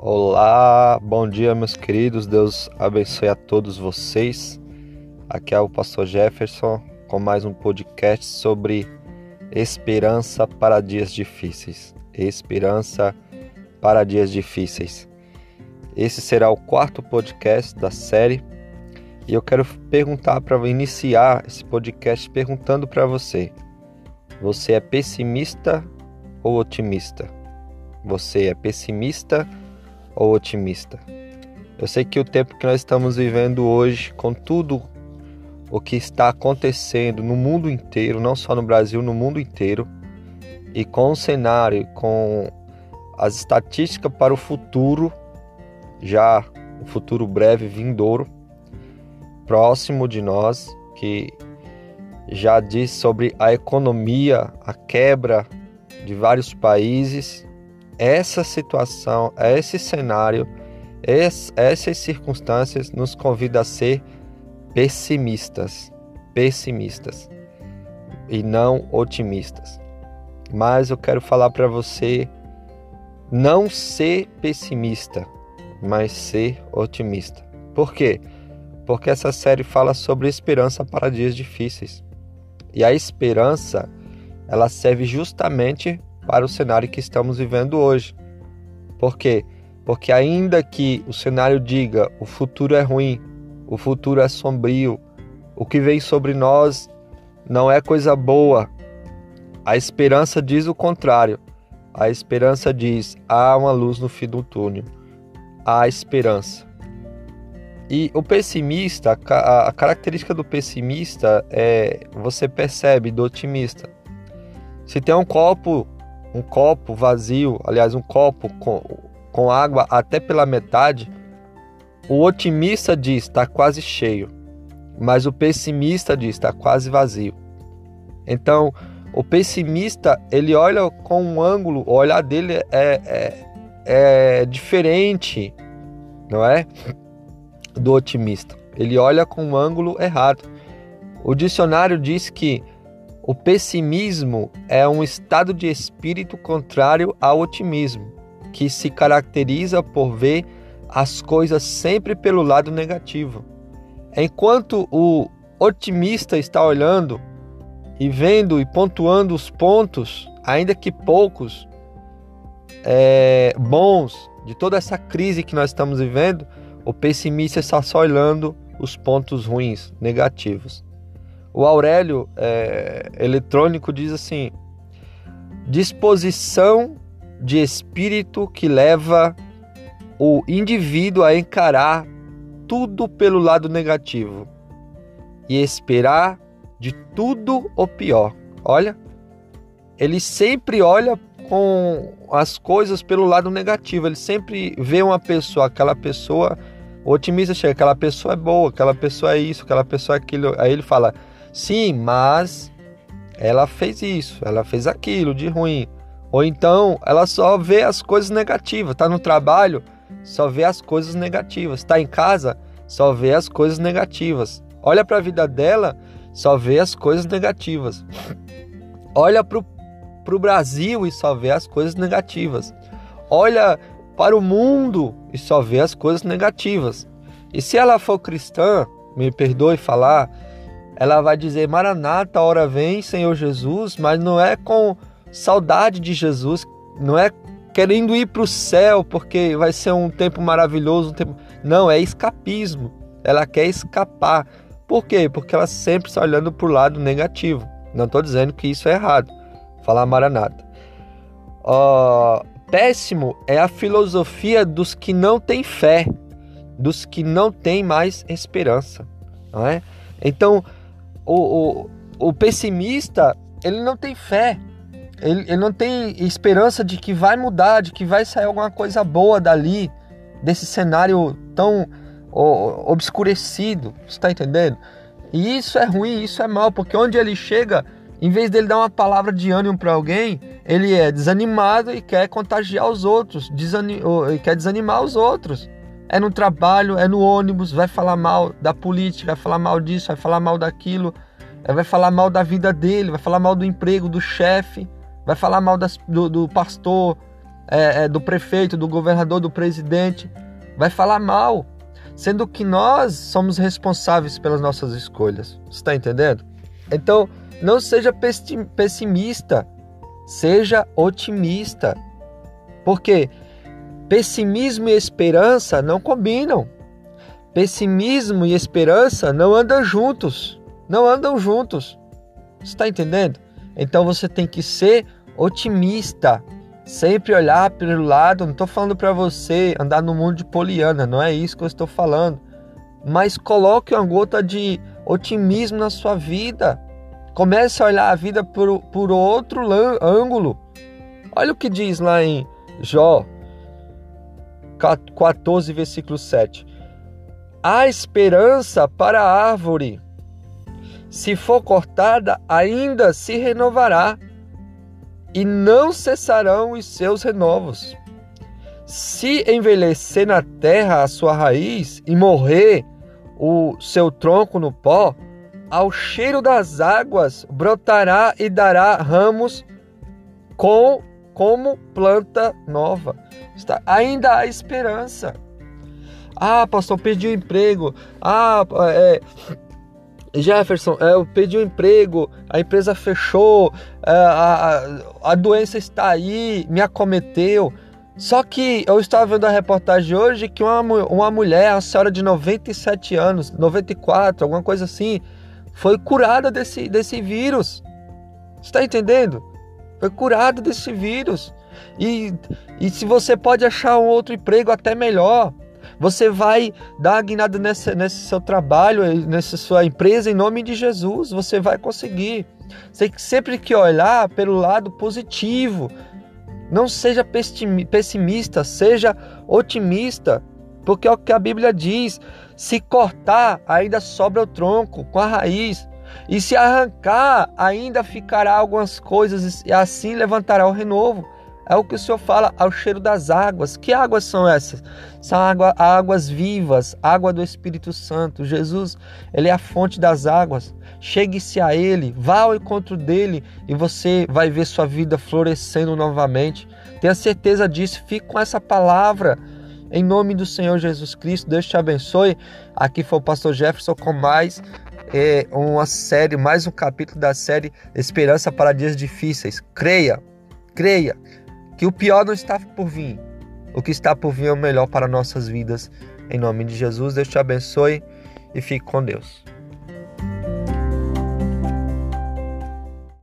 Olá, bom dia meus queridos, Deus abençoe a todos vocês. Aqui é o pastor Jefferson com mais um podcast sobre esperança para dias difíceis. Esperança para dias difíceis. Esse será o quarto podcast da série e eu quero perguntar para iniciar esse podcast perguntando para você: você é pessimista ou otimista? Você é pessimista ou otimista? Eu sei que o tempo que nós estamos vivendo hoje, com tudo o que está acontecendo no mundo inteiro, não só no Brasil, no mundo inteiro, e com o cenário, com as estatísticas para o futuro, já o futuro breve, vindouro, próximo de nós, que já diz sobre a economia, a quebra de vários países. Essa situação, esse cenário, essas circunstâncias nos convidam a ser pessimistas e não otimistas. Mas eu quero falar para você não ser pessimista, mas ser otimista. Por quê? Porque essa série fala sobre esperança para dias difíceis. E a esperança, ela serve justamente para o cenário que estamos vivendo hoje. Por quê? Porque ainda que o cenário diga o futuro é ruim, o futuro é sombrio, o que vem sobre nós não é coisa boa, a esperança diz o contrário. A esperança diz: há uma luz no fim do túnel. Há esperança. E o pessimista, a característica do pessimista você percebe do otimista. Se tem um copo vazio, aliás, um copo com água até pela metade, o otimista diz: está quase cheio, mas o pessimista diz: está quase vazio. Então, o pessimista, ele olha com um ângulo, o olhar dele é diferente, não é? Do otimista. Ele olha com um ângulo errado. O dicionário diz que o pessimismo é um estado de espírito contrário ao otimismo, que se caracteriza por ver as coisas sempre pelo lado negativo. Enquanto o otimista está olhando e vendo e pontuando os pontos, ainda que poucos, bons, de toda essa crise que nós estamos vivendo, o pessimista está só olhando os pontos ruins, negativos. O Aurélio Eletrônico diz assim: disposição de espírito que leva o indivíduo a encarar tudo pelo lado negativo e esperar de tudo o pior. Olha, ele sempre olha com as coisas pelo lado negativo, ele sempre vê uma pessoa, aquela pessoa, o otimista chega, aquela pessoa é boa, aquela pessoa é isso, aquela pessoa é aquilo, aí ele fala: sim, mas ela fez isso, ela fez aquilo de ruim. Ou então ela só vê as coisas negativas. Está no trabalho, só vê as coisas negativas. Está em casa, só vê as coisas negativas. Olha para a vida dela, só vê as coisas negativas. Olha para o Brasil e só vê as coisas negativas. Olha para o mundo e só vê as coisas negativas. E se ela for cristã, me perdoe falar, ela vai dizer: Maranata, a hora vem, Senhor Jesus, mas não é com saudade de Jesus, não é querendo ir para o céu porque vai ser um tempo maravilhoso, não, é escapismo. Ela quer escapar. Por quê? Porque ela sempre está olhando para o lado negativo. Não estou dizendo que isso é errado, falar Maranata. Péssimo é a filosofia dos que não têm fé, dos que não têm mais esperança, não é? Então, o pessimista, ele não tem fé, ele não tem esperança de que vai mudar, de que vai sair alguma coisa boa dali, desse cenário tão obscurecido, você está entendendo? E isso é ruim, isso é mal, porque onde ele chega, em vez dele dar uma palavra de ânimo para alguém, ele é desanimado e quer contagiar os outros, quer desanimar os outros. É no trabalho, é no ônibus, vai falar mal da política, vai falar mal disso, vai falar mal daquilo, vai falar mal da vida dele, vai falar mal do emprego, do chefe, vai falar mal do pastor, do prefeito, do governador, do presidente, vai falar mal, sendo que nós somos responsáveis pelas nossas escolhas. Você está entendendo? Então, não seja pessimista, seja otimista. Porque pessimismo e esperança não combinam. Pessimismo e esperança não andam juntos. Não andam juntos. Você está entendendo? Então você tem que ser otimista. Sempre olhar pelo lado. Não estou falando para você andar no mundo de Poliana. Não é isso que eu estou falando. Mas coloque uma gota de otimismo na sua vida. Comece a olhar a vida por outro ângulo. Olha o que diz lá em Jó 14, versículo 7. Há esperança para a árvore. Se for cortada, ainda se renovará, e não cessarão os seus renovos. Se envelhecer na terra a sua raiz e morrer o seu tronco no pó, ao cheiro das águas brotará e dará ramos como planta nova. Ainda há esperança. Pastor, perdi o emprego. Jefferson, eu perdi o emprego, a empresa fechou, a doença está aí, me acometeu. Só que eu estava vendo a reportagem hoje que uma mulher, uma senhora de 97 anos, 94, alguma coisa assim, foi curada desse vírus. Você está entendendo? Foi curado desse vírus. E se você pode achar um outro emprego até melhor, você vai dar uma guinada nesse seu trabalho, nessa sua empresa, em nome de Jesus. Você vai conseguir. Você sempre que olhar pelo lado positivo. Não seja pessimista, seja otimista. Porque é o que a Bíblia diz. Se cortar, ainda sobra o tronco com a raiz. E se arrancar, ainda ficará algumas coisas, e assim levantará o renovo. É o que o Senhor fala, ao cheiro das águas. Que águas são essas? São águas vivas, água do Espírito Santo. Jesus, Ele é a fonte das águas. Chegue-se a Ele, vá ao encontro dEle e você vai ver sua vida florescendo novamente. Tenha certeza disso, fique com essa palavra. Em nome do Senhor Jesus Cristo, Deus te abençoe. Aqui foi o pastor Jefferson com mais um capítulo da série Esperança para Dias Difíceis. Creia que o pior não está por vir. O que está por vir é o melhor para nossas vidas. Em nome de Jesus, Deus te abençoe e fique com Deus.